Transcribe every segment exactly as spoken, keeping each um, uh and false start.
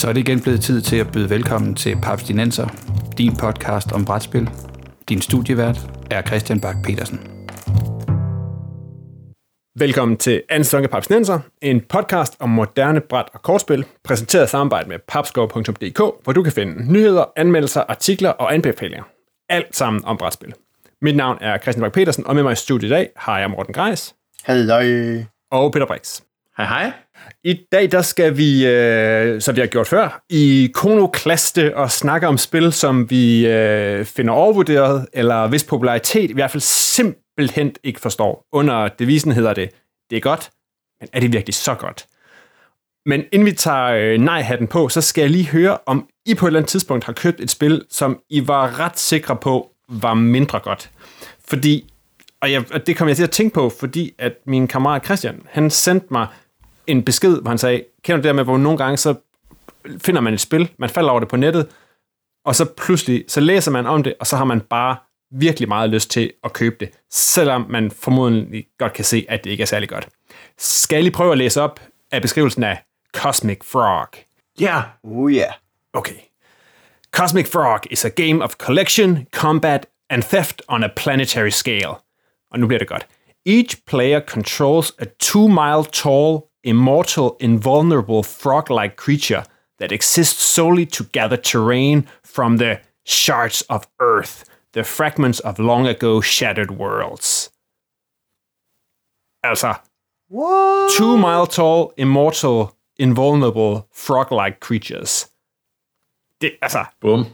Så er det igen blevet tid til at byde velkommen til Papstinenser, din podcast om brætspil. Din studievært er Christian Bak petersen. Velkommen til anden sæson af Papstinenser, en podcast om moderne bræt- og kortspil, præsenteret i samarbejde med papscore punktum d k, hvor du kan finde nyheder, anmeldelser, artikler og anbefalinger. Alt sammen om brætspil. Mit navn er Christian Bak petersen, og med mig i studiet i dag har jeg Morten Greis. Hej. Og Peter Brix. Hej hej. I dag der skal vi, øh, som vi har gjort før, ikonoklaste og snakke om spil, som vi øh, finder overvurderet, eller hvis popularitet i hvert fald simpelthen ikke forstår. Under devisen hedder det, det er godt, men er det virkelig så godt? Men inden vi tager øh, nej-hatten på, så skal jeg lige høre, om I på et eller andet tidspunkt har købt et spil, som I var ret sikre på, var mindre godt. Fordi, og, jeg, og det kom jeg til at tænke på, fordi at min kammerat Christian, han sendte mig en besked, hvor han sagde, kender du det der med, hvor nogle gange så finder man et spil, man falder over det på nettet, og så pludselig, så læser man om det, og så har man bare virkelig meget lyst til at købe det, selvom man formodentlig godt kan se, at det ikke er særlig godt. Skal jeg lige prøve at læse op af beskrivelsen af Cosmic Frog? Ja. Yeah. Oh yeah. Okay. Cosmic Frog is a game of collection, combat and theft on a planetary scale. Og nu bliver det godt. Each player controls a two mile tall, immortal, invulnerable frog-like creature that exists solely to gather terrain from the shards of Earth, the fragments of long ago shattered worlds. Altså, What? two mile tall, immortal, invulnerable, frog-like creatures. Det, altså... Bum.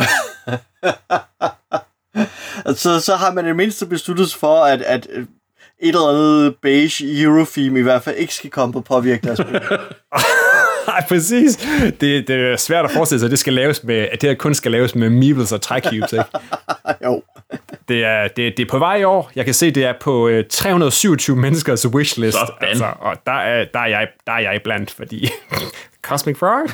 Altså, så har man det mindste besluttet for, at, at et eller andet beige Eurofilm i hvert fald ikke skal komme på påvirkning af spil. Nej, præcis. Det, det er svært at forestille sig, at det skal laves med, at det her kun skal laves med meeples og træcubes, ikke? Jo. Det er, det, det er på vej i år. Jeg kan se, det er på øh, tre hundrede og syvogtyve menneskers wishlist. Altså, og der er, der, er jeg, der er jeg blandt, fordi... Cosmic Frog?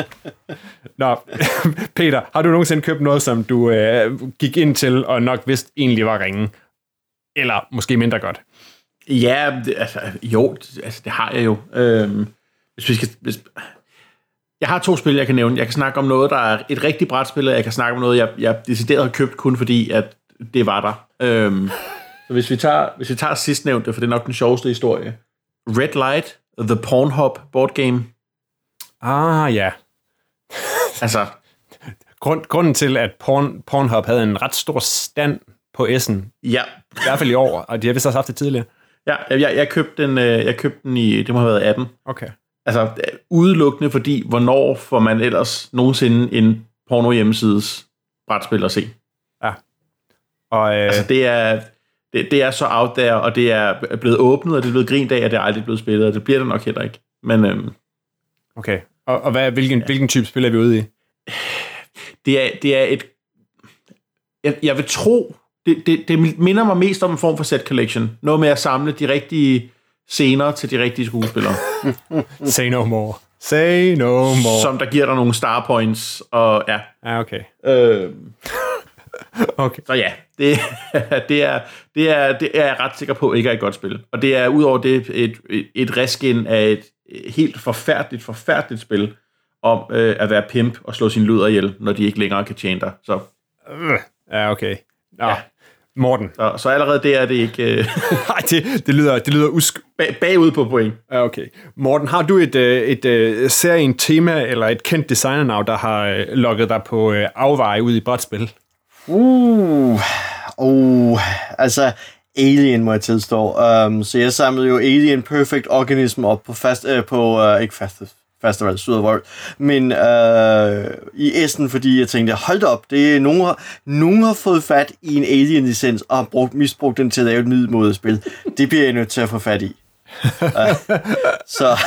Nå, Peter, har du nogensinde købt noget, som du øh, gik ind til, og nok vidste egentlig var ringe? Eller måske mindre godt? Ja, det, altså, jo, det, altså, det har jeg jo. Øhm, hvis vi skal, hvis, jeg har to spil, jeg kan nævne. Jeg kan snakke om noget, der er et rigtigt brætspil, og jeg kan snakke om noget, jeg, jeg decideret har købt, kun fordi, at det var der. Øhm, så hvis vi tager, hvis vi tager sidstnævnte, for det er nok den sjoveste historie. Red Light, The Pornhub board game. Ah, ja. Altså... Grund, grunden til, at Porn, Pornhub havde en ret stor stand på Essen, ja. i hvert fald i år, og de har vist også haft det tidligere. Ja, jeg, jeg, købte den, jeg købte den i, det må have været atten. Okay. Altså, udelukkende fordi, hvornår får man ellers nogensinde en porno hjemmesides brætspil at se? Ja. Og, øh... altså, det er, det, det er så out there, og det er blevet åbnet, og det er blevet grint af, at det er aldrig blevet spillet, og det bliver det nok heller ikke. Men, øhm... Okay. Og, og hvad, hvilken, ja. hvilken type spil er vi ude i? Det er, det er et... Jeg, jeg vil tro, det, det, det minder mig mest om en form for set collection. Noget med at samle de rigtige scener til de rigtige skuespillere. Say no more. Say no more. Som der giver dig nogle star points, og ja. Ja, okay. Øh, okay. Så ja, det, det, er, det, er, det er jeg ret sikker på ikke er et godt spil. Og det er udover det et, et, et reskin af et helt forfærdeligt, forfærdeligt spil om øh, at være pimp og slå sin luder ihjel, når de ikke længere kan tjene dig. Så. Ja, okay. Nå, ja. Morten. Så, så allerede der er det ikke... Øh... Nej, det, det lyder, det lyder usk... Bag, bagud på point. Ja, okay. Morten, har du et, et, et serien tema eller et kendt designernavn, der har lukket dig på afveje ud i brætspil? Uh, uh, altså... Alien, må jeg tilstå. Um, så jeg samlede jo Alien Perfect Organism op på fast, uh, på uh, ikke fast, festival, Sydavold, men uh, i Essen, fordi jeg tænkte, hold da op, det er, nogen, har, nogen har fået fat i en Alien-licens og har brugt, misbrugt den til at lave et middelmådespil. Det bliver jeg nødt til at få fat i. Uh, så,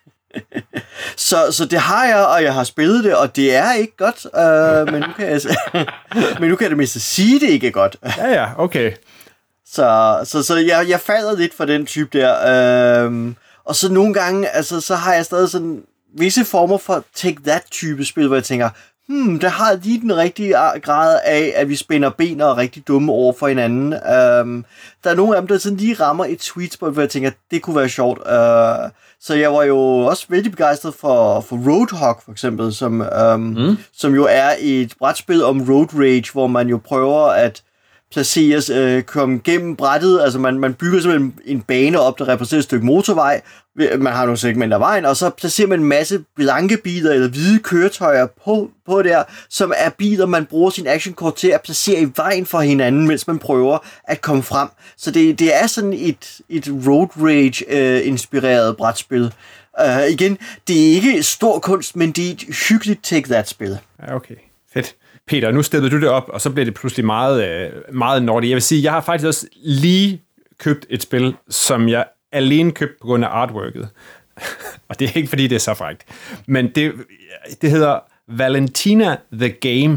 så, så det har jeg, og jeg har spillet det, og det er ikke godt, uh, men, nu kan jeg, men nu kan jeg det mindst sige, det ikke er godt. Ja, ja, okay. Så, så, så jeg, jeg falder lidt for den type der. Øhm, og så nogle gange, altså, så har jeg stadig sådan visse former for take that type spil, hvor jeg tænker, hmm, der har lige den rigtige grad af, at vi spænder ben og er rigtig dumme over for hinanden. Um, der er nogle af dem, der sådan lige rammer et sweet spot, hvor jeg tænker, det kunne være sjovt. Uh, så jeg var jo også vældig begejstret for, for Roadhog, for eksempel, som, um, mm. som jo er et brætspil om road rage, hvor man jo prøver at placeres, øh, komme gennem brættet, altså man, man bygger simpelthen en bane op, der repræsenterer et stykke motorvej, man har nogle segmenter af vejen, og så placerer man en masse blanke biler eller hvide køretøjer på, på der, som er biler, man bruger sin actionkort til at placere i vejen for hinanden, mens man prøver at komme frem. Så det, det er sådan et, et road rage-inspireret øh, brætspil. Uh, igen, det er ikke stor kunst, men det er et hyggeligt take-that-spil. Ja, okay. Fedt. Peter, nu steppede du det op, og så blev det pludselig meget, meget nordigt. Jeg vil sige, jeg har faktisk også lige købt et spil, som jeg alene købte på grund af artworket. Og det er ikke, fordi det er så frækt. Men det, det hedder Valentina the Game.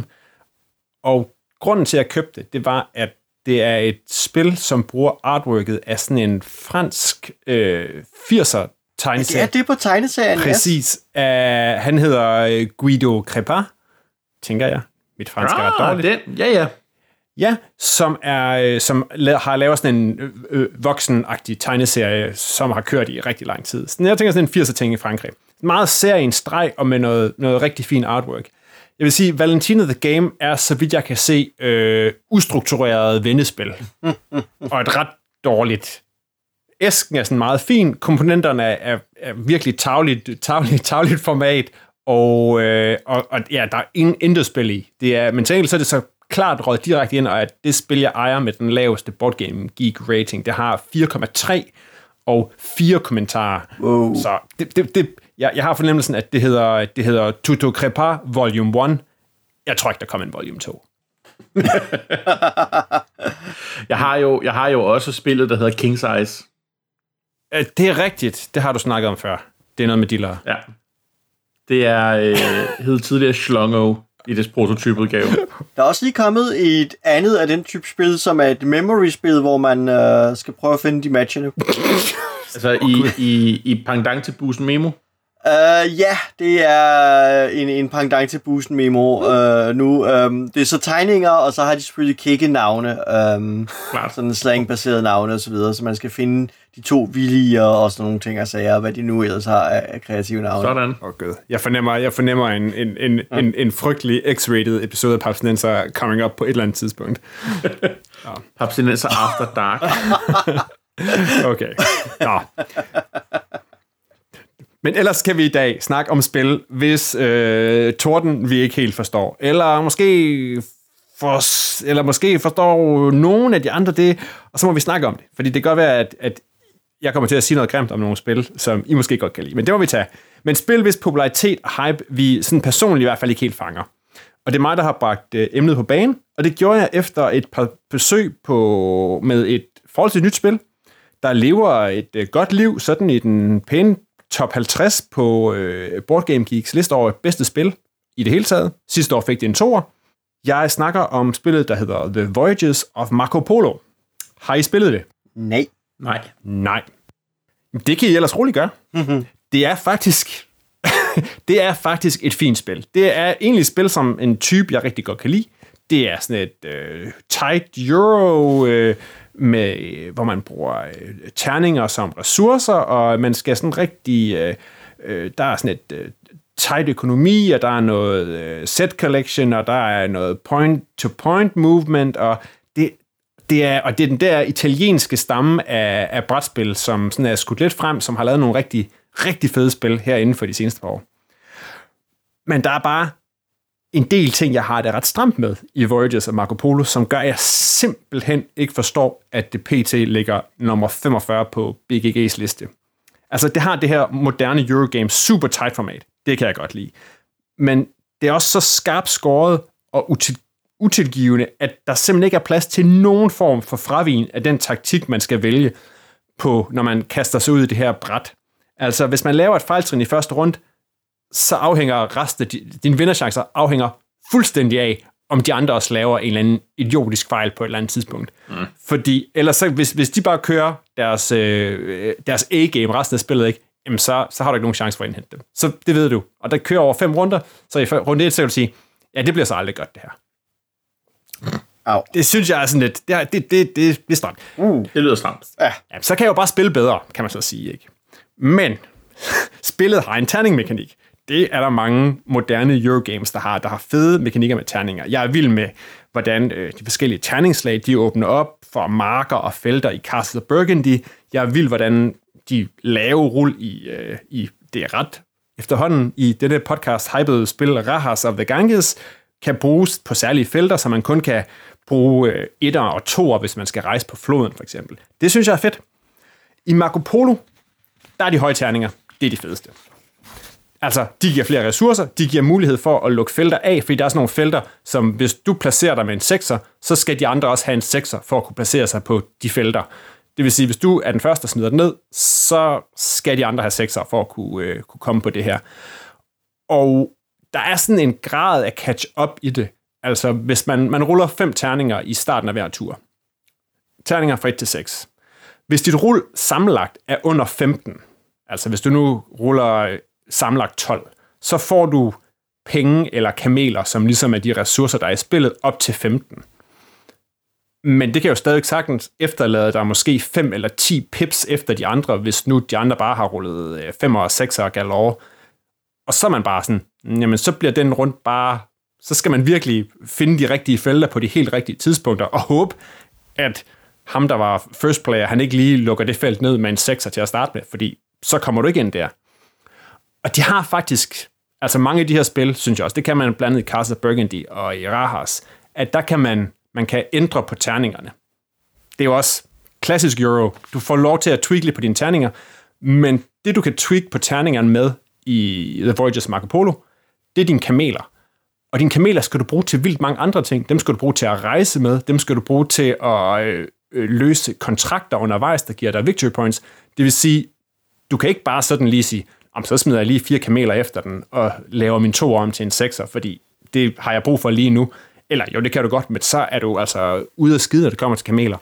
Og grunden til, at jeg købte det, det var, at det er et spil, som bruger artworket af sådan en fransk øh, firser tegneserie. Ja, det er på tegneserien. Præcis. Uh, han hedder Guido Crépin, tænker jeg. Mit fransk er ret dårligt. Den. Ja, ja. Ja, som, er, som har lavet sådan en øh, voksenagtig tegneserie, som har kørt i rigtig lang tid. Så jeg tænker sådan en firser-ting i Frankrig. Meget serie en streg og med noget, noget rigtig fin artwork. Jeg vil sige, Valentina the Game er, så vidt jeg kan se, øh, ustruktureret vendespil. Og et ret dårligt. Æsken er sådan meget fin. Komponenterne er, er, er virkelig tagligt, tagligt, tagligt format. Og, øh, og, og ja, der er ingen intet spil i. Det er, men til så er det så klart røget direkte ind, og at det spil, jeg ejer med den laveste Board Game Geek rating, det har fire komma tre og fire kommentarer. Wow. Så det, det, det, jeg, jeg har fornemmelsen, at det hedder, det hedder Tuto Crépin Volume et. Jeg tror ikke, der kommer en Volume to. jeg, har jo, jeg har jo også spillet, der hedder King Size. Det er rigtigt. Det har du snakket om før. Det er noget med dillere. Ja. Det er øh, hed tidligere Schlongo i dets prototypudgave. Der er også lige kommet et andet af den type spil, som er et memory-spil, hvor man øh, skal prøve at finde de matchene. altså i, i, i pendant til Busen Memo? Uh, ja, det er en, en pendant til Busen Memo uh, nu. Um, det er så tegninger, og så har de selvfølgelig kække-navne. Um, sådan slang-baserede navne og så videre, så man skal finde de to villige og sådan nogle ting og sager, hvad de nu ellers har af, af kreative navne. Sådan. Åh oh, gud. Jeg fornemmer, jeg fornemmer en, en, en, ja. en, en frygtelig X-rated episode af Papsnenser coming up på et eller andet tidspunkt. ja. Papsnenser After Dark. okay. Ja. Men ellers kan vi i dag snakke om spil, hvis øh, torden vi ikke helt forstår. Eller måske, for, eller måske forstår nogen af de andre det, og så må vi snakke om det. Fordi det kan godt være, at, at jeg kommer til at sige noget grimt om nogle spil, som I måske godt kan lide. Men det må vi tage. Men spil, hvis popularitet og hype, vi sådan personligt i hvert fald ikke helt fanger. Og det er mig, der har bragt øh, emnet på banen, og det gjorde jeg efter et par besøg på, med et forholdsvis nyt spil, der lever et øh, godt liv, sådan i den pæne top halvtreds på øh, Board Game Geeks liste over bedste spil i det hele taget. Sidste år fik det en toer. Jeg snakker om spillet, der hedder The Voyages of Marco Polo. Har I spillet det? Nej. Nej. Nej. Det kan I ellers roligt gøre. Mm-hmm. Det er faktisk det er faktisk et fint spil. Det er egentlig et spil, som en type, jeg rigtig godt kan lide. Det er sådan et øh, tight euro, øh, med, hvor man bruger øh, terninger som ressourcer, og man skal sådan rigtig... Øh, øh, der er sådan et øh, tight økonomi, og der er noget øh, set collection, og der er noget point-to-point movement, og det, det, er, og det er den der italienske stamme af, af brætspil, som sådan er skudt lidt frem, som har lavet nogle rigtig, rigtig fede spil her inden for de seneste par år. Men der er bare en del ting, jeg har det ret stramt med i Voyages og Marco Polo, som gør, at jeg simpelthen ikke forstår, at det pt. Ligger nummer femogfyrre på B G G's liste. Altså, det har det her moderne Eurogame super tight format. Det kan jeg godt lide. Men det er også så skarpt skåret og util- utilgivende, at der simpelthen ikke er plads til nogen form for fravigen af den taktik, man skal vælge på, når man kaster sig ud i det her bræt. Altså, hvis man laver et fejltrin i første runde, så afhænger resten af dine vinderchancer afhænger fuldstændig af, om de andre også laver en eller anden idiotisk fejl på et eller andet tidspunkt. Mm. Fordi, ellers så, hvis, hvis de bare kører deres, øh, deres A-game resten af spillet, ikke, jamen så, så har du ikke nogen chance for at indhente dem. Så det ved du. Og der kører over fem runder, så i runde et, så kan du sige, Ja, det bliver så aldrig godt, det her. Au. Det synes jeg er sådan lidt... Det, det, det, det, det er stramt. Uh, det lyder stramt. Ja. Ja, så kan jeg jo bare spille bedre, kan man så sige, ikke? Men spillet har en terningmekanik. Det er der mange moderne Eurogames, der har. Der har fede mekanikker med terninger. Jeg er vild med, hvordan øh, de forskellige terningslag, de åbner op for marker og felter i Castle Burgundy. Jeg er vild, hvordan de lave rul i, øh, i det er ret efterhånden i denne podcast hypede spil Rahas of the Ganges, kan bruges på særlige felter, så man kun kan bruge øh, etter og toer, hvis man skal rejse på floden, for eksempel. Det synes jeg er fedt. I Marco Polo, der er de høje terninger. Det er de fedeste. Altså, de giver flere ressourcer, de giver mulighed for at lukke felter af, fordi der er sådan nogle felter, som hvis du placerer dig med en sekser, så skal de andre også have en sekser for at kunne placere sig på de felter. Det vil sige, hvis du er den første, der smider den ned, så skal de andre have sekser for at kunne, øh, kunne komme på det her. Og der er sådan en grad af catch-up i det. Altså, hvis man, man ruller fem terninger i starten af hver tur. Terninger fra et til seks. Hvis dit rull sammenlagt er under femten, altså hvis du nu ruller sammenlagt tolv, så får du penge eller kameler, som ligesom er de ressourcer, der er i spillet, op til femten. Men det kan jo stadig sagtens efterlade dig måske fem eller ti pips efter de andre, hvis nu de andre bare har rullet fem og seks og galore. Og så er man bare sådan, jamen så bliver den rundt bare, så skal man virkelig finde de rigtige felter på de helt rigtige tidspunkter, og håbe, at ham, der var first player, han ikke lige lukker det felt ned med en sekser til at starte med, fordi så kommer du ikke ind der. Og de har faktisk, altså mange af de her spil, synes jeg også, det kan man blandt andet i Castle Burgundy og i Rahas, at der kan man, man kan ændre på terningerne. Det er jo også klassisk Euro. Du får lov til at tweak lidt på dine terninger, men det, du kan tweak på terningerne med i The Voyagers Marco Polo, det er dine kameler. Og dine kameler skal du bruge til vildt mange andre ting. Dem skal du bruge til at rejse med. Dem skal du bruge til at øh, løse kontrakter undervejs, der giver dig victory points. Det vil sige, du kan ikke bare sådan lige sige, om så smider jeg lige fire kameler efter den, og laver min to om til en sekser, fordi det har jeg brug for lige nu. Eller jo, det kan du godt, men så er du altså ude af skide, når det kommer til kameler.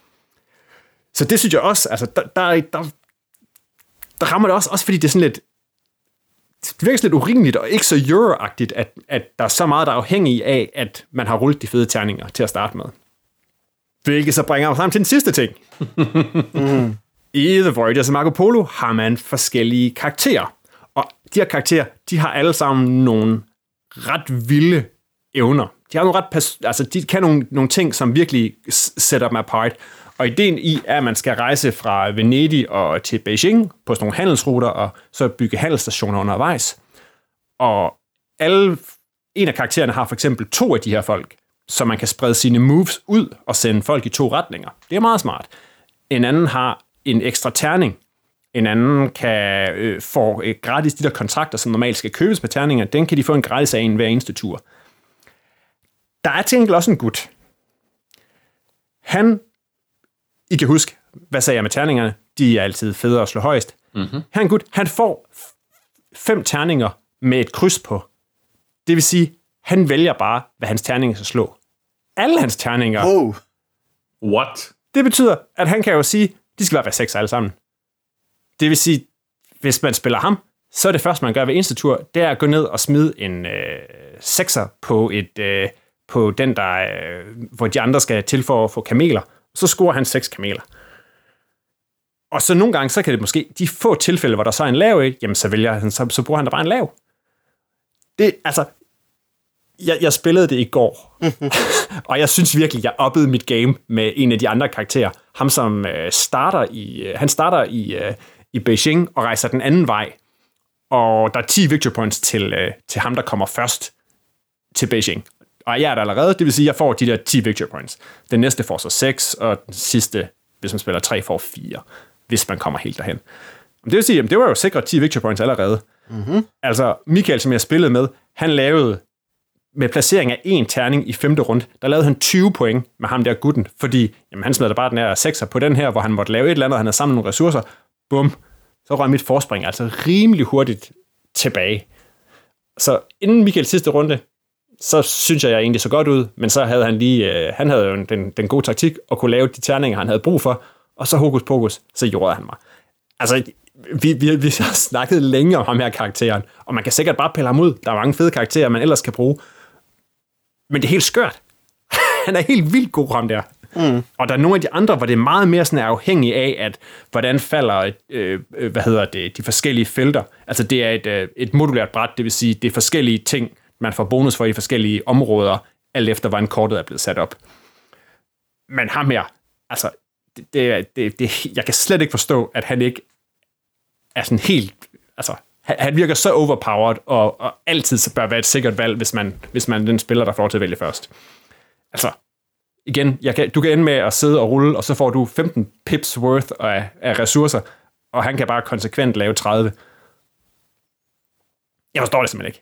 Så det synes jeg også, altså, der, der, der, der rammer det også, også fordi det er sådan lidt, det virker lidt urimeligt og ikke så Euro-agtigt, at, at der er så meget, der er afhængig af, at man har rullet de fede terninger til at starte med. Hvilket så bringer mig frem til den sidste ting. mm. I The Voyagers Marco Polo har man forskellige karakterer. Og de her karakterer, de har alle sammen nogle ret vilde evner. De har nogle ret pas- altså de kan nogle, nogle ting, som virkelig sætter dem apart. Og ideen i er, at man skal rejse fra Venedig og til Beijing på sådan nogle handelsruter, og så bygge handelsstationer undervejs. Og alle, en af karaktererne har for eksempel to af de her folk, så man kan sprede sine moves ud og sende folk i to retninger. Det er meget smart. En anden har en ekstra terning. En anden kan øh, få øh, gratis de der kontrakter, som normalt skal købes med terninger. Den kan de få en gratis af en hver eneste tur. Der er til enkelt også en gut. Han, I kan huske, hvad sagde jeg med terningerne? De er altid federe at slå højst. Mm-hmm. Han en gut, han får fem terninger med et kryds på. Det vil sige, han vælger bare, hvad hans terninger skal slå. Alle hans terninger. Oh. What? Det betyder, at han kan jo sige, de skal bare være seks alle sammen. Det vil sige, hvis man spiller ham, så er det første, man gør ved eneste tur, det er at gå ned og smide en øh, sekser på, et, øh, på den, der, øh, hvor de andre skal til for at få kameler. Så scorer han seks kameler. Og så nogle gange, så kan det måske, de få tilfælde, hvor der så er en lav et, jamen så vælger han, så, så bruger han da bare en lav. Det, altså, jeg, jeg spillede det i går, og jeg synes virkelig, jeg uppede mit game med en af de andre karakterer. Ham, som øh, starter i, øh, han starter i, øh, i Beijing og rejser den anden vej. Og der er ti victory points til, øh, til ham, der kommer først til Beijing. Og jeg er der allerede, det vil sige, at jeg får de der ti victory points. Den næste får så seks, og den sidste, hvis man spiller tre, får fire, hvis man kommer helt derhen. Det vil sige, at det var jo sikret ti victory points allerede. Mm-hmm. Altså, Michael, som jeg spillede med, han lavede med placering af en terning i femte runde, der lavede han tyve point med ham der gutten, fordi jamen, han smed bare den her sekser på den her, hvor han måtte lave et eller andet, og han havde samlet nogle ressourcer. Bum, så røg mit forspring altså rimelig hurtigt tilbage. Så inden Michaels sidste runde, så synes jeg, jeg egentlig så godt ud, men så havde han lige, øh, han havde jo den, den gode taktik, og kunne lave de terninger, han havde brug for, og så hokus pokus, så gjorde han mig. Altså, vi, vi, vi har snakket længe om ham her karakteren, og man kan sikkert bare pille ham ud. Der er mange fede karakterer, man ellers kan bruge. Men det er helt skørt. Han er helt vildt god ham der. Mm. Og der er nogle af de andre, hvor det er meget mere sådan afhængig af, at hvordan falder øh, hvad hedder det, de forskellige felter. Altså det er et, øh, et modulært bræt, det vil sige, det er forskellige ting, man får bonus for i forskellige områder, alt efter hvordan kortet er blevet sat op. Men ham her, altså, det, det, det, det, jeg kan slet ikke forstå, at han ikke er sådan helt, altså, han, han virker så overpowered, og, og altid så bør være et sikkert valg, hvis man, hvis man er den spiller, der får til at vælge først. Altså, igen, jeg kan, du kan ende med at sidde og rulle, og så får du femten pips worth af, af ressourcer, og han kan bare konsekvent lave tredive. Jeg forstår det simpelthen ikke.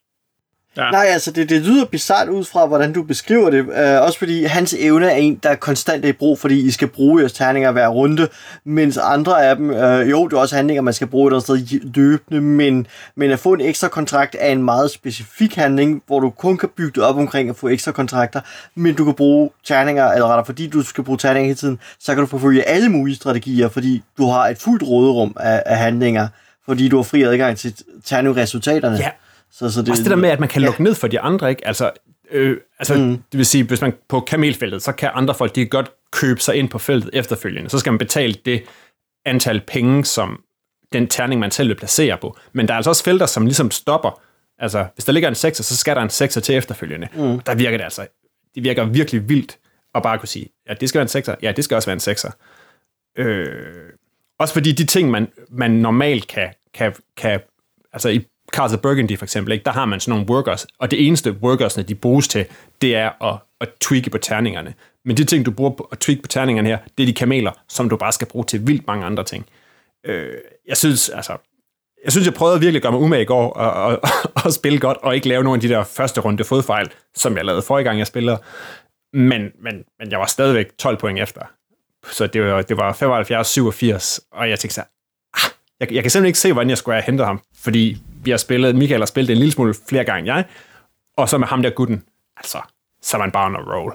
Ja. Nej, altså det, det lyder bizarrt ud fra, hvordan du beskriver det. Øh, også fordi hans evne er en, der er konstant i brug, fordi I skal bruge jeres terninger hver runde, mens andre af dem, øh, jo, det er også handlinger, man skal bruge et eller andet sted løbende, men, men at få en ekstra kontrakt er en meget specifik handling, hvor du kun kan bygge det op omkring at få ekstra kontrakter, men du kan bruge terninger, eller rettere, fordi du skal bruge terninger hele tiden, så kan du forfølge alle mulige strategier, fordi du har et fuldt råderum af, af handlinger, fordi du har fri adgang til terningresultaterne. Ja. Så, så det, også det der med, at man kan lukke ja. ned for de andre, ikke? Altså, øh, altså mm. det vil sige, hvis man på kamelfeltet, så kan andre folk, de kan godt købe sig ind på feltet efterfølgende. Så skal man betale det antal penge, som den terning, man selv vil placere på. Men der er altså også felter, som ligesom stopper. Altså, hvis der ligger en sekser, så skal der en sekser til efterfølgende. Mm. Der virker det altså, det virker virkelig vildt at bare kunne sige, ja, det skal være en sekser. Ja, det skal også være en sekser. Øh, også fordi de ting, man, man normalt kan, kan, kan altså i Cards of Burgundy for eksempel, ikke? Der har man sådan nogle workers, og det eneste workersne, de bruges til, det er at, at tweake på terningerne. Men de ting, du bruger på at tweake på terningerne her, det er de kameler, som du bare skal bruge til vildt mange andre ting. Øh, jeg synes, altså, jeg synes, jeg prøvede virkelig at gøre mig umage i går, og, og, og, og spille godt, og ikke lave nogle af de der første runde fodfejl, som jeg lavede forrige gang, jeg spillede. Men, men, men jeg var stadigvæk tolv point efter. Så det var, det var femoghalvfjerds syvogfirs, og jeg tænkte så, ah, jeg, jeg kan simpelthen ikke se, hvordan jeg skulle have hentet ham, fordi vi har spillet, Michael har spillet en lille smule flere gange end jeg, og så med ham der gutten, altså, så er man bare on a roll.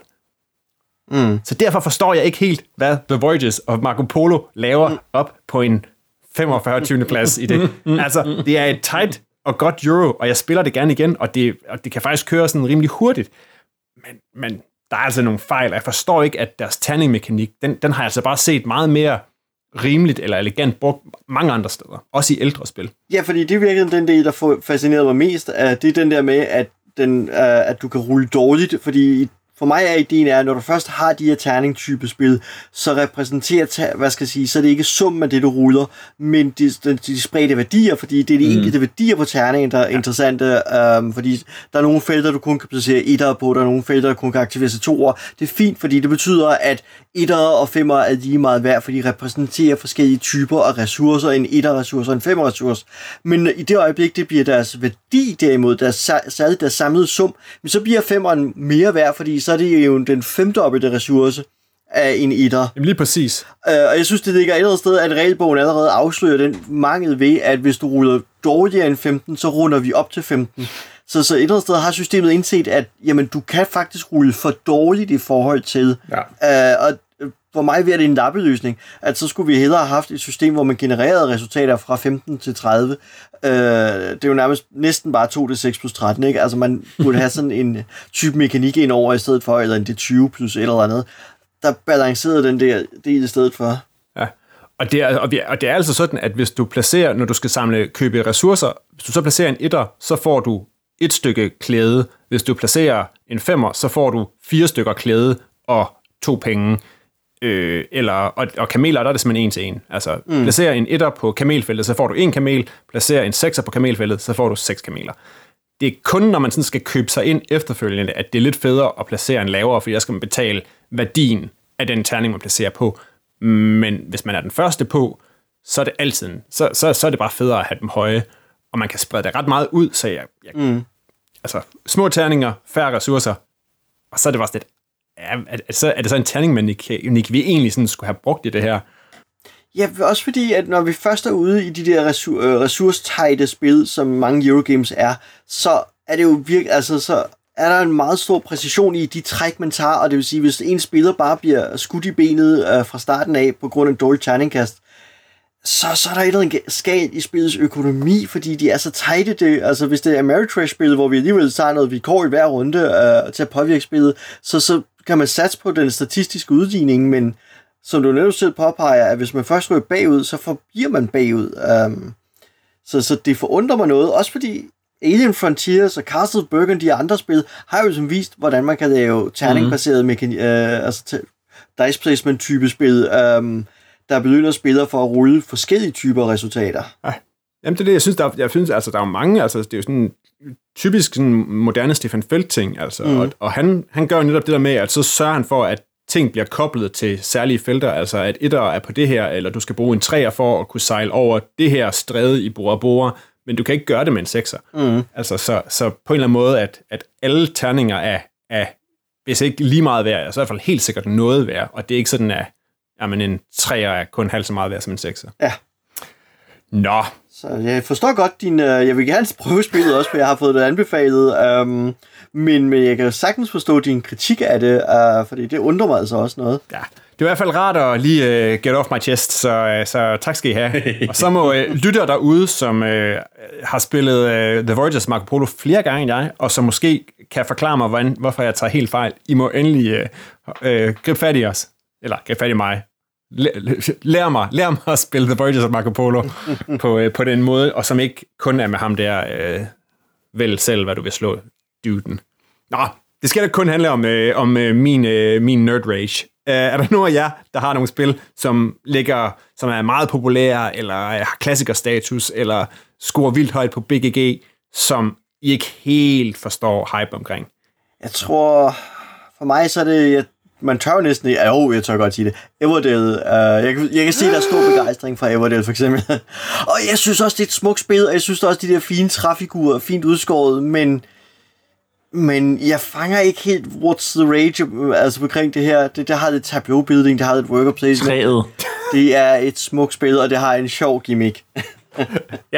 Mm. Så derfor forstår jeg ikke helt, hvad The Voyages og Marco Polo laver mm. op på en femogfyrre tyvende plads i det. Altså, det er et tight og godt euro, og jeg spiller det gerne igen, og det, og det kan faktisk køre sådan rimelig hurtigt. Men, men der er altså nogle fejl, og jeg forstår ikke, at deres terningmekanik, den, den har jeg altså bare set meget mere rimeligt eller elegant brugt mange andre steder, også i ældre spil. Ja, fordi det virkede den del, der fascinerede mig mest, det er den der med, at, den, at du kan rulle dårligt, fordi for mig er ideen er, at når du først har de her terning-type spil, så repræsenterer, hvad skal jeg sige, så er det ikke summen af det, du ruller, men de, de, de spredte værdier, fordi det er de mm. enkelte værdier på terningen, der er ja. interessante, øhm, fordi der er nogle felter, du kun kan placere etter på, der er nogle felter, der kun kan aktivere sig toer. Det er fint, fordi det betyder, at etter og femmer er lige meget værd, fordi de repræsenterer forskellige typer af ressourcer, en etter-ressource og en femmer-ressource. Men i det øjeblik, det bliver deres værdi derimod, deres, særligt deres samlede sum, men så bliver femmeren mere værd, fordi så er det jo den femdobbelte ressource af en etter. Jamen lige præcis. Uh, og jeg synes, det ligger et eller andet sted, at regelbogen allerede afslører den mangel ved, at hvis du ruller dårligere end femten, så runder vi op til femten. Så, så et eller andet sted har systemet indset, at jamen, du kan faktisk rulle for dårligt i forhold til. Ja. Uh, og for mig er det en lappeløsning, at så skulle vi hellere have haft et system, hvor man genererede resultater fra femten til tredive. Uh, det er jo nærmest næsten bare to til seks plus tretten, ikke? Altså man burde have sådan en type mekanik ind over i stedet for, eller en D tyve plus et eller andet, der balancerede den der del i stedet for. Ja, og det, er, og det er altså sådan, at hvis du placerer, når du skal samle købe ressourcer, hvis du så placerer en etter, så får du et stykke klæde. Hvis du placerer en femmer, så får du fire stykker klæde og to penge. Øh, eller, og, og kameler, der er det simpelthen en til en. Altså, mm. placerer en etter på kamelfeltet, så får du en kamel. Placerer en sekser på kamelfeltet, så får du seks kameler. Det er kun, når man sådan skal købe sig ind efterfølgende, at det er lidt federe at placere en lavere, for jeg skal man betale værdien af den terning, man placerer på. Men hvis man er den første på, så er det altid, så, så, så er det bare federe at have dem høje, og man kan sprede det ret meget ud, så jeg, jeg mm. altså, små terninger, færre ressourcer, og så er det bare lidt, ja, er, så er det så en terning, man ikke, vi egentlig sådan skulle have brugt i det her. Ja, også fordi, at når vi først er ude i de der ressour- ressourcetejte spil, som mange Eurogames er, så er det jo virkelig, altså så er der en meget stor præcision i de træk, man tager, og det vil sige, hvis en spiller bare bliver skudt i benet øh, fra starten af på grund af en dårlig terningkast, så, så er der et eller andet skalt i spillets økonomi, fordi de er så tighte. Det, altså, hvis det er Ameritrash-spillet, hvor vi alligevel tager noget vilkår i hver runde øh, til at påvirke spillet, så, så kan man satse på den statistiske udligning, men som du netop selv påpeger, at hvis man først ryger bagud, så forbliver man bagud. Um, så, så det forundrer mig noget, også fordi Alien Frontiers og Castle Burgundy og andre spil har jo som vist, hvordan man kan lave terningbaseret mekani- uh, altså t- dice placement type spil, um, der begynder spillere for at rulle forskellige typer resultater. Ej. Jamen det er det, jeg synes, der, jeg synes, altså der er jo mange, altså det er jo sådan typisk sådan moderne Stefan Feld-ting, altså, mm. og, og han, han gør jo netop det der med, at så sørger han for, at ting bliver koblet til særlige felter, altså at etter er på det her, eller du skal bruge en treer for at kunne sejle over det her stræde i Bora Bora, men du kan ikke gøre det med en sekser. Mm. Altså så, så på en eller anden måde, at, at alle terninger er, er, hvis ikke lige meget værd, altså i hvert fald helt sikkert noget værd, og det er ikke sådan, at jamen, en treer er kun halvt så meget værd som en sekser. Ja. Nå. Så jeg forstår godt din... Uh, jeg vil gerne prøve spillet også, for jeg har fået det anbefalet. Um, men, men jeg kan sagtens forstå din kritik af det, uh, fordi det undrer mig altså også noget. Ja, det er i hvert fald rart at lige uh, get off my chest, så, uh, så tak skal I have. Og så må uh, lytter derude, som uh, har spillet uh, The Voyager's Marco Polo flere gange end jeg, og som måske kan forklare mig, hvordan, hvorfor jeg tager helt fejl. I må endelig uh, uh, gribe fat i os. Eller gribe fat i mig. Lær mig, lær mig at spille The Voyager's Marco Polo på, øh, på den måde, og som ikke kun er med ham der, øh, vel selv, hvad du vil slå duden. Nå, det skal da kun handle om, øh, om øh, min, øh, min nerd rage. Uh, er der nogen af jer, der har nogle spil, som ligger, som er meget populære, eller har klassikerstatus, eller scorer vildt højt på B G G, som I ikke helt forstår hype omkring? Jeg tror, for mig så er det... Jeg man tør jo næsten ikke... Jo, jeg tør godt sige det. Everdale. Uh, jeg, jeg kan se, der er stor begejstring for Everdale, for eksempel. Og jeg synes også, det er et smukt spil, og jeg synes også, de der fine træfigurer er fint udskåret, men... Men jeg fanger ikke helt, what's the rage, altså omkring det her. Det, der har det tableau building, det har det worker placement. Træet. Det er et smukt spil, og det har en sjov gimmick. Ja.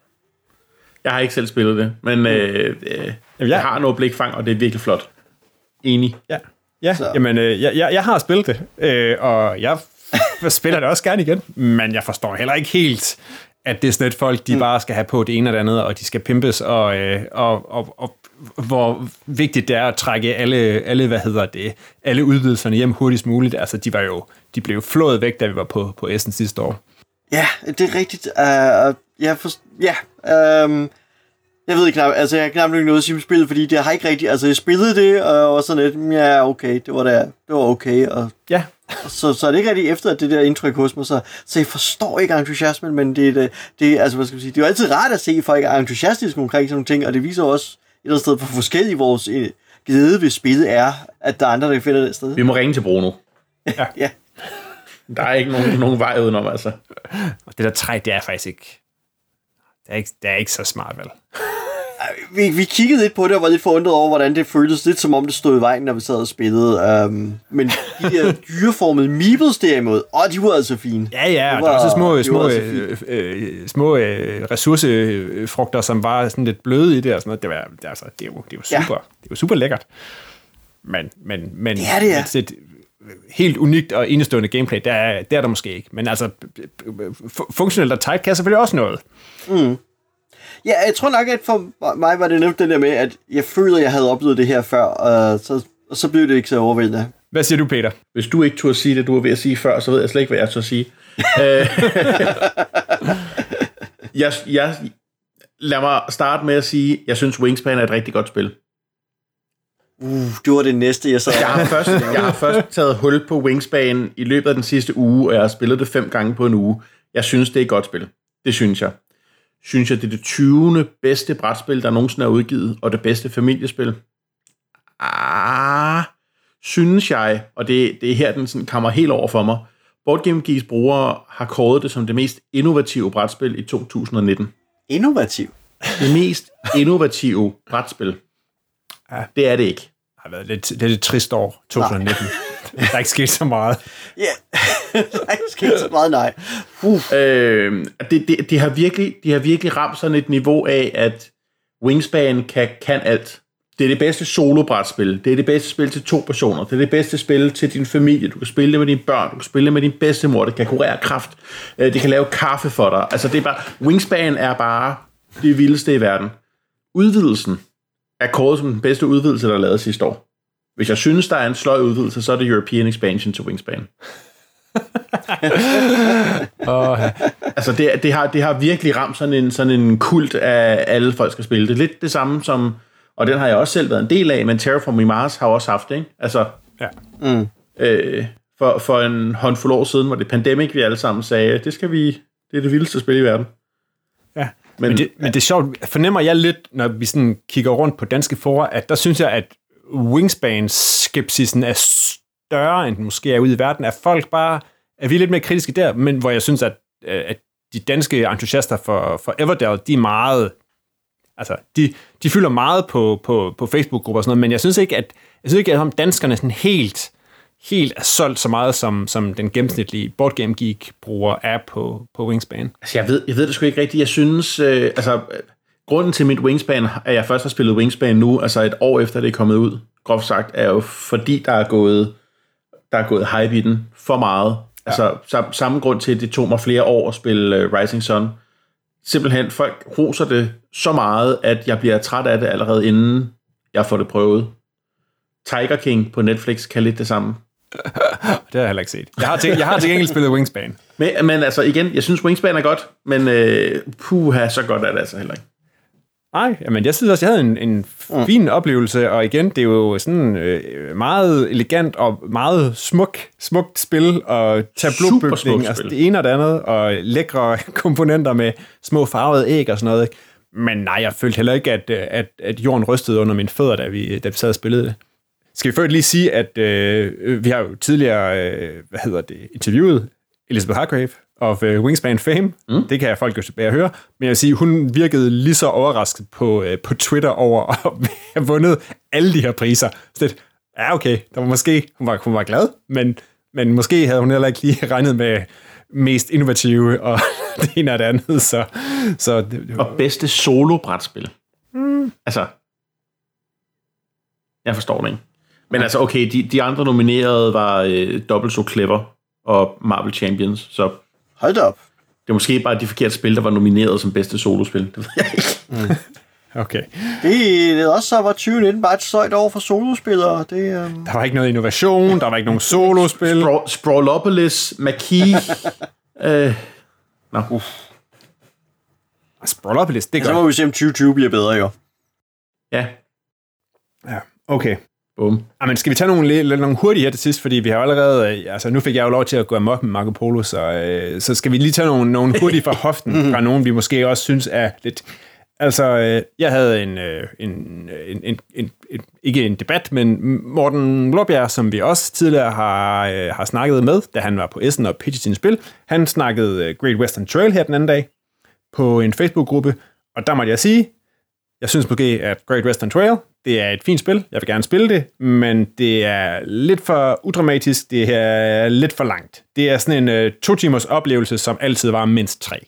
Jeg har ikke selv spillet det, men øh, øh, jeg har noget blikfang, og det er virkelig flot. Enig. Ja. Ja, så. Jamen, øh, jeg, jeg, jeg har spillet det, øh, og jeg spiller det også gerne igen, men jeg forstår heller ikke helt, at det er sådan et folk, de mm. bare skal have på det ene og det andet, og de skal pimpes, og, øh, og, og, og hvor vigtigt det er at trække alle, alle, hvad hedder det, alle udvidelserne hjem hurtigst muligt. Altså, de var jo, de blev flået væk, da vi var på, på Essen sidste år. Ja, det er rigtigt. Uh, jeg forst- ja, um Jeg ved ikke knap, altså jeg har knap ikke noget at sige om spillet, fordi det har ikke rigtigt, altså jeg spillede det, og var sådan lidt, ja okay, det var der, det var okay, og, ja. og så, så er det ikke rigtigt efter det der indtryk hos mig, så, så jeg forstår ikke entusiasmen, men det, det, det, altså, hvad skal man sige, det er jo altid rart at se, at folk er entusiastiske omkring sådan nogle ting, og det viser også et eller andet sted, hvor forskellige vores glæde ved spillet er, at der er andre, der finder det sted. Vi må ringe til Bruno. Ja. ja. Der er ikke nogen, nogen vej udenom, altså. Og det der træ, det er faktisk ikke, det er ikke, det er ikke så smart, vel? Vi, vi kiggede lidt på det og var lidt forundret over, hvordan det føltes. Lidt som om det stod i vejen, når vi sad og spillede. Um, men de der dyreformede meeples derimod, åh, de var altså fine. Ja, ja, og der var også små, små, øh, øh, små øh, ressourcefrugter, som var sådan lidt bløde i det og sådan noget. Det var, det, altså, det er jo, det er jo super, ja. det er jo super lækkert. Men, men, men det er det, ja. et helt unikt og enestående gameplay, der er, der er der måske ikke. Men altså, funktionelt og tight kan selvfølgelig også noget. Mm. Ja, jeg tror nok, at for mig var det nemt det der med, at jeg føler, at jeg havde oplevet det her før, og så, og så blev det ikke så overvældende. Hvad siger du, Peter? Hvis du ikke turde sige det, du var ved at sige før, så ved jeg slet ikke, hvad jeg turde sige. jeg, jeg, lad mig starte med at sige, at jeg synes, Wingspan er et rigtig godt spil. Uh, det var det næste, jeg sagde. Jeg har først, jeg har først taget hul på Wingspan i løbet af den sidste uge, og jeg har spillet det fem gange på en uge. Jeg synes, det er et godt spil. Det synes jeg. Synes jeg, det er det tyvende bedste brætspil, der nogensinde er udgivet, og det bedste familiespil? Ah, synes jeg, og det, det er her, den sådan kommer helt over for mig. Board Game Geeks brugere har kåret det som det mest innovative brætspil i to tusind nitten. Innovativ? Det mest innovative brætspil. Ja. Det er det ikke. Det har været lidt, det er lidt trist år, to tusind nitten. Der er ikke sket så meget. Ja, yeah. der er ikke sket så meget, nej. Uh. Øh, det, det, de, har virkelig, de har virkelig ramt sådan et niveau af, at Wingspan kan, kan alt. Det er det bedste solobrætspil. Det er det bedste spil til to personer. Det er det bedste spil til din familie. Du kan spille det med dine børn. Du kan spille det med din bedstemor. Det kan kurere kræft. Det kan lave kaffe for dig. Altså, det er bare... Wingspan er bare det vildeste i verden. Udvidelsen er kåret som den bedste udvidelse, der er lavet sidste år. Hvis jeg synes, der er en sløj udvidelse, så er det European Expansion til Wingspan. oh, ja. Altså, det, det, har, det har virkelig ramt sådan en, sådan en kult af alle folk skal spille. Det er lidt det samme som... Og den har jeg også selv været en del af, men Terraforming Mars har også haft det, ikke? Altså, ja. Mm. øh, for, for en håndfuld år siden, hvor det Pandemic, vi alle sammen sagde, det skal vi, det er det vildeste spil i verden. Ja, men, men, det, men det er sjovt, fornemmer jeg lidt, når vi sådan kigger rundt på danske fora, at der synes jeg, at Wingspan-skepsisen er større, end den måske er ude i verden, at folk bare, er vi lidt mere kritiske der, men hvor jeg synes, at, at de danske entusiaster for, for Everdell, de er meget... Altså, de, de fylder meget på, på, på Facebook-grupper og sådan noget, men jeg synes ikke, at, jeg synes ikke, at danskerne sådan helt, helt er solgt så meget, som, som den gennemsnitlige Boardgame Geek-bruger er på, på Wingspan. Altså, jeg ved, jeg ved det sgu ikke rigtigt. Jeg synes, øh, altså, grunden til mit Wingspan, at jeg først har spillet Wingspan nu, altså et år efter det er kommet ud, groft sagt, er jo fordi, der er gået, der er gået hype i den for meget. Ja. Altså, sam, samme grund til, at det tog mig flere år at spille uh, Rising Sun. Simpelthen, folk roser det så meget, at jeg bliver træt af det allerede inden jeg får det prøvet. Tiger King på Netflix kan lidt det samme. Det har jeg heller ikke set. Jeg har til, jeg har til gengæld spillet Wingspan. Men, men altså igen, jeg synes Wingspan er godt, men øh, puha, så godt er det altså heller ikke. Nej, men jeg synes også, jeg havde en, en fin mm. oplevelse, og igen, det er jo sådan øh, meget elegant og meget smuk, smukt spil, og tableaubygning, altså det ene og det andet, og lækre komponenter med små farvede æg og sådan noget. Ikke? Men nej, jeg følte heller ikke, at, at, at jorden rystede under mine fødder, da vi, da vi sad og spillede det. Skal vi først lige sige, at øh, vi har jo tidligere, øh, hvad hedder det, interviewet Elizabeth Hargrave of uh, Wingspan fame. Mm. Det kan jeg folk jo tilbage at høre. Men jeg vil sige, hun virkede lige så overrasket på, uh, på Twitter over at have vundet alle de her priser. Så det, ja, okay, der var måske, hun var, hun var glad, men, men måske havde hun heller ikke lige regnet med mest innovative og det ene og det andet. Så, så det, det var... Og bedste solo-brætspil. Mm. Altså, jeg forstår det ikke. Men altså, okay, de, de andre nominerede var øh, dobbelt så clever og Marvel Champions, så hold da op. Det er måske bare de forkerte spil, der var nomineret som bedste solospil. Det ved jeg ikke. Mm. Okay. Det er også så var tyve nitten bare et sløjt over for solospillere. Det, um... Der var ikke noget innovation, der var ikke nogen solospil. Spra- Sprawlopolis, Marquis. øh, no. uh. Sprawlopolis, det er godt. Så må vi se, om tyve tyve bliver bedre, jo. Ja. Ja, okay. Boom. Jamen, skal vi tage nogle, lidt, nogle hurtige her til sidst, fordi vi har allerede, altså nu fik jeg jo lov til at gå amok med Marco Polo, så, øh, så skal vi lige tage nogle, nogle hurtige fra hoften, fra nogen, vi måske også synes er lidt, altså, øh, jeg havde en, øh, en, en, en, en, en, ikke en debat, men Morten Blåbjerg, som vi også tidligere har, øh, har snakket med, da han var på Essen og pitched sine spil, han snakkede Great Western Trail her den anden dag, på en Facebook-gruppe, og der måtte jeg sige, jeg synes måske, at Great Western Trail, det er et fint spil. Jeg vil gerne spille det, men det er lidt for udramatisk. Det er lidt for langt. Det er sådan en uh, to timers oplevelse, som altid var mindst tre.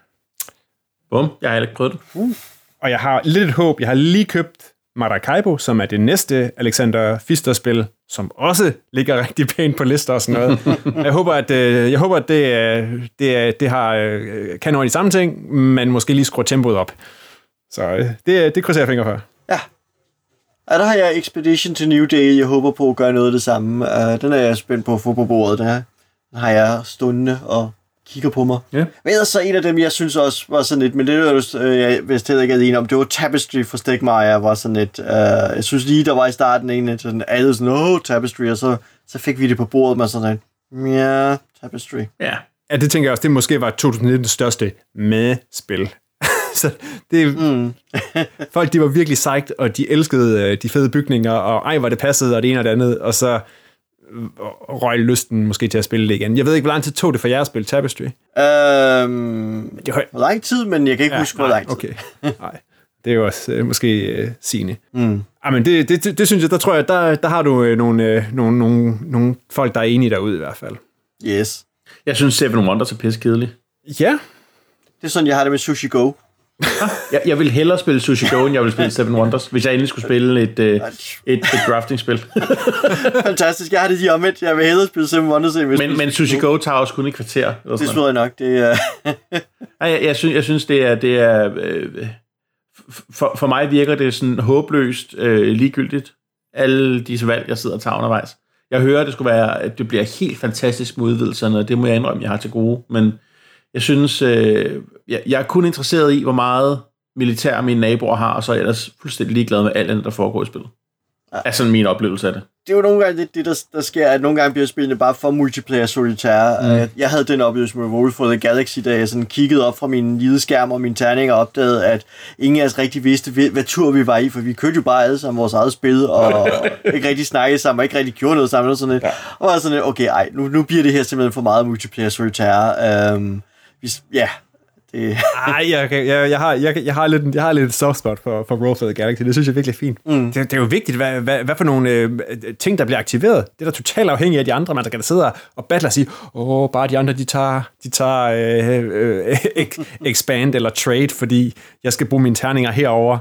Bum, jeg har heller ikke prøvet det. Uh. Og jeg har lidt håb. Jeg har lige købt Maracaibo, som er det næste Alexander Pfister-spil, som også ligger rigtig pænt på lister og sådan noget. jeg håber, at, øh, jeg håber, at det, øh, det, det har, øh, kan over de samme ting, men måske lige skrue tempoet op. Så øh, det, det krydser jeg fingre for. Ja. Ja, der har jeg Expedition to New Day. Jeg håber på at gøre noget af det samme. Uh, den er jeg spændt på at få på bordet. Den, her. Den har jeg stående og kigger på mig. Yeah. Men ellers så en af dem, jeg synes også var sådan lidt, men det er jo, øh, jeg vidste heller ikke, at en om, det var Tapestry for Stegmaier, var sådan lidt, uh, jeg synes lige, der var i starten en, sådan, alle sådan, åh, oh, Tapestry, og så, så fik vi det på bordet med sådan lidt, ja, Tapestry. Ja. Ja, det tænker jeg også, det måske var to tusind nitten største med-spil. Så det, mm. folk, de var virkelig psyched, og de elskede de fede bygninger, og ej, hvor det passede, og det ene og det andet, og så røg lysten måske til at spille det igen. Jeg ved ikke, hvor lang tid tog det for jer at spille Tapestry? Øhm, det var lang tid, men jeg kan ikke ja, huske, hvor lang tid. Okay, nej. Det er jo også øh, måske uh, sigende. Mm. Ah, men det, det, det, det synes jeg, der tror jeg, der, der har du øh, nogle, øh, nogle, nogle, nogle folk, der er enige derude i hvert fald. Yes. Jeg synes, Seven Wonders er pisse kedelig. Ja. Det er sådan, jeg har det med Sushi Go. jeg, jeg vil hellere spille Sushi Go, end jeg vil spille Seven Wonders, hvis jeg endelig skulle spille et, et, et, et drafting-spil. Fantastisk. Jeg har det lige omvendt. Jeg vil hellere spille Seven Wonders. Men, men Sushi Go tager også kun et kvarter. Det tror jeg nok. Det er... Ej, jeg, jeg, synes, jeg synes, det er... Det er øh, for, for mig virker det sådan håbløst øh, ligegyldigt. Alle disse valg, jeg sidder og tager undervejs. Jeg hører, at det skulle være, at det bliver helt fantastisk med udvidelserne, og det må jeg indrømme, jeg har til gode. Men jeg synes, øh, jeg, jeg er kun interesseret i, hvor meget militær mine naboer har, og så er jeg ellers fuldstændig ligeglad med alt andet, der foregår i spillet. Ja. Er sådan min oplevelse af det. Det er jo nogle gange det, det der, der sker, at nogle gange bliver spillene bare for multiplayer solitære. Mm. Jeg havde den oplevelse med Wolf for the Galaxy, da jeg sådan kiggede op fra min lille skærm og mine terninger og opdagede, at ingen af os rigtig vidste, hvad tur vi var i, for vi kørte jo bare alle sammen vores eget spil, og ikke rigtig snakkede sammen, og ikke rigtig gjorde noget sammen. Og, sådan ja. og var sådan, okay, ej, nu, nu bliver det her simpelthen for meget multiplayer solitære. Um, hvis, ja, det... Ej, jeg, jeg, jeg, har, jeg, jeg, har lidt, jeg har lidt et soft spot for, for Wolf for the Galaxy. Det synes jeg er virkelig fint. Mm. Det, det er jo vigtigt, hvad, hvad, hvad for nogle øh, ting, der bliver aktiveret. Det er da totalt afhængigt af de andre, man der kan sidde og battle og sige, åh, bare de andre, de tager, de tager øh, øh, expand eller trade, fordi jeg skal bruge mine terninger herover.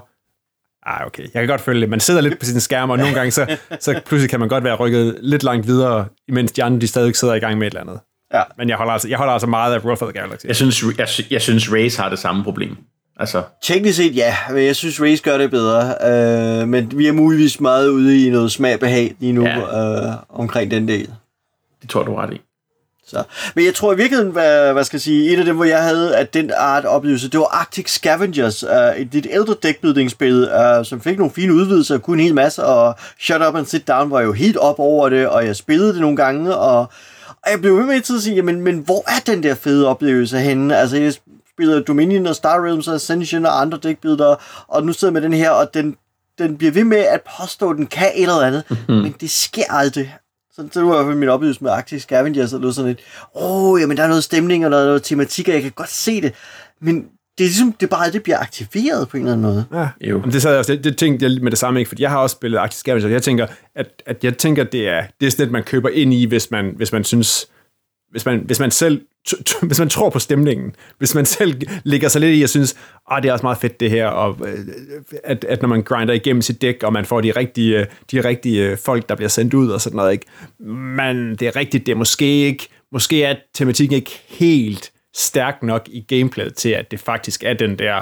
Ah, okay. Jeg kan godt følge det. Man sidder lidt på sin skærm, og nogle gange, så, så pludselig kan man godt være rykket lidt langt videre, imens de andre, de stadig sidder i gang med et eller andet. Ja. Men jeg holder, altså, jeg holder altså meget af Wolf for the Galaxy. Jeg synes, jeg, jeg synes Raze har det samme problem. Altså. Teknisk set, ja. Men jeg synes, Raze gør det bedre. Uh, men vi er muligvis meget ude i noget smagbehag lige nu ja. uh, omkring den del. Det tror du ret i. Så. Men jeg tror i virkeligheden, hvad, hvad skal jeg sige, et af dem, hvor jeg havde at den art oplevelse, det var Arctic Scavengers, uh, et lidt ældre deckbuilding-spil, uh, som fik nogle fine udvidelser og kunne en hel masse, og Shut Up and Sit Down var jo helt op over det, og jeg spillede det nogle gange, og Og jeg blev ved med til at sige, jamen, men hvor er den der fede oplevelse henne? Altså, jeg spiller Dominion og Star Realms og Ascension og andre deckbuildere, og nu sidder jeg med den her, og den, den bliver ved med at påstå, at den kan et eller andet, mm-hmm. men det sker aldrig. Så det var i hvert fald min oplevelse med Arctic Scavengers, og det var sådan lidt, åh, oh, jamen, der er noget stemning, og der er noget tematik, og jeg kan godt se det, men det er ligesom, det bare det bliver aktiveret på en eller anden måde. Ja, jo. Men det, så også, det, det tænkte jeg med det samme, ikke? Fordi jeg har også spillet Arctic Scavengers, jeg tænker, at, at jeg tænker, det er, det er sådan, at man køber ind i, hvis man, hvis man synes, hvis man, hvis man selv, t- t- hvis man tror på stemningen, hvis man selv ligger sig lidt i og synes, ah, det er også meget fedt det her, og at, at når man grinder igennem sit dæk, og man får de rigtige, de rigtige folk, der bliver sendt ud og sådan noget, ikke? Men det er rigtigt, det er måske ikke, måske er tematikken ikke helt stærk nok i gameplayet til, at det faktisk er den der,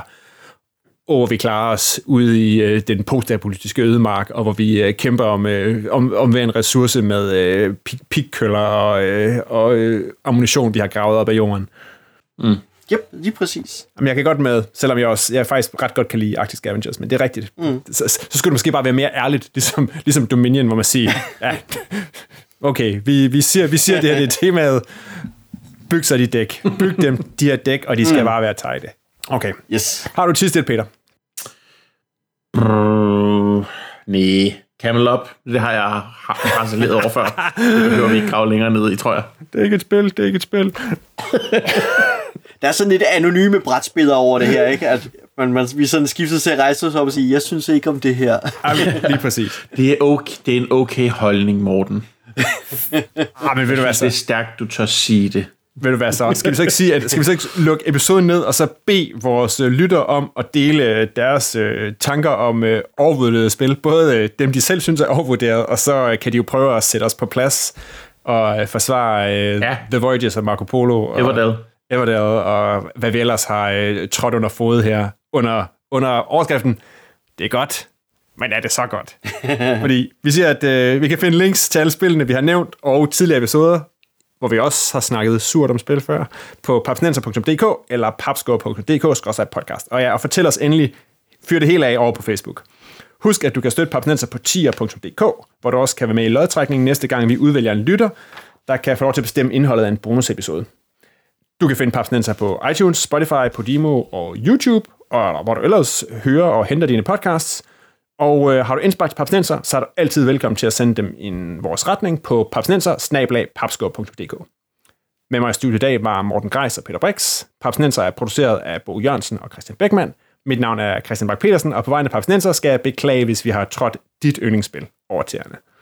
hvor vi klarer os ude i øh, den postapolytiske ødemark, og hvor vi øh, kæmper om, øh, om, om hver en ressource med øh, pikkøller og, øh, og øh, ammunition, vi har gravet op af jorden. Mm. Yep, lige præcis. Jamen, jeg kan godt med, selvom jeg også jeg faktisk ret godt kan lide Arctic Scavengers, men det er rigtigt. Mm. Så, så skulle det måske bare være mere ærligt, ligesom, ligesom Dominion, hvor man siger, ja, okay, vi, vi, siger, vi siger, det her det er temaet, byg så de dæk. Byg dem, de her dæk, og de skal mm. bare være tighte. Okay. Yes. Har du et sidste, Peter? Brrr, nej. Camel Up, det har jeg harceleret over før. Det behøver vi ikke grave længere ned i, tror jeg. Det er ikke et spil, det er ikke et spil. Der er sådan lidt anonyme brætspillere over det her, ikke? At man, man, vi sådan skifter til at rejse os op og sige, jeg synes ikke om det her. Jamen, lige præcis. Det er, okay, det er en okay holdning, Morten. Ah, men ved du hvad så? Det er stærkt, du tør sige det. Ved du hvad så? Skal vi så ikke sige, at, skal vi så ikke lukke episoden ned, og så bede vores øh, lytter om at dele deres øh, tanker om øh, overvurderede spil? Både øh, dem, de selv synes er overvurderet, og så øh, kan de jo prøve at sætte os på plads og øh, forsvare øh, ja. The Voyages og Marco Polo. Og Everdell. Everdell, og hvad vi ellers har øh, trådt under fod her under, under overskriften. Det er godt, men er det så godt? Fordi vi siger, at øh, vi kan finde links til alle spillene, vi har nævnt, og tidligere episoder, hvor vi også har snakket surt om spil før, på papsnenser punktum d k eller papscore punktum d k skråstreg podcast. Og ja, og fortæl os endelig, fyr det hele af over på Facebook. Husk, at du kan støtte Papsnenser på tier punktum d k, hvor du også kan være med i lodtrækningen næste gang, vi udvælger en lytter, der kan få lov til at bestemme indholdet af en bonusepisode. Du kan finde Papsnenser på iTunes, Spotify, Podimo og YouTube, og hvor du ellers hører og henter dine podcasts. Og øh, har du indspark til Papsnenser, så er du altid velkommen til at sende dem i vores retning på papsnenser snabel-a papscore punktum d k. Med mig i studiet i dag var Morten Greis og Peter Brix. Papsnenser er produceret af Bo Jørgensen og Christian Beckmann. Mit navn er Christian Bak Petersen, og på vegne af Papsnenser skal jeg beklage, hvis vi har trådt dit yndlingsspil over tæerne.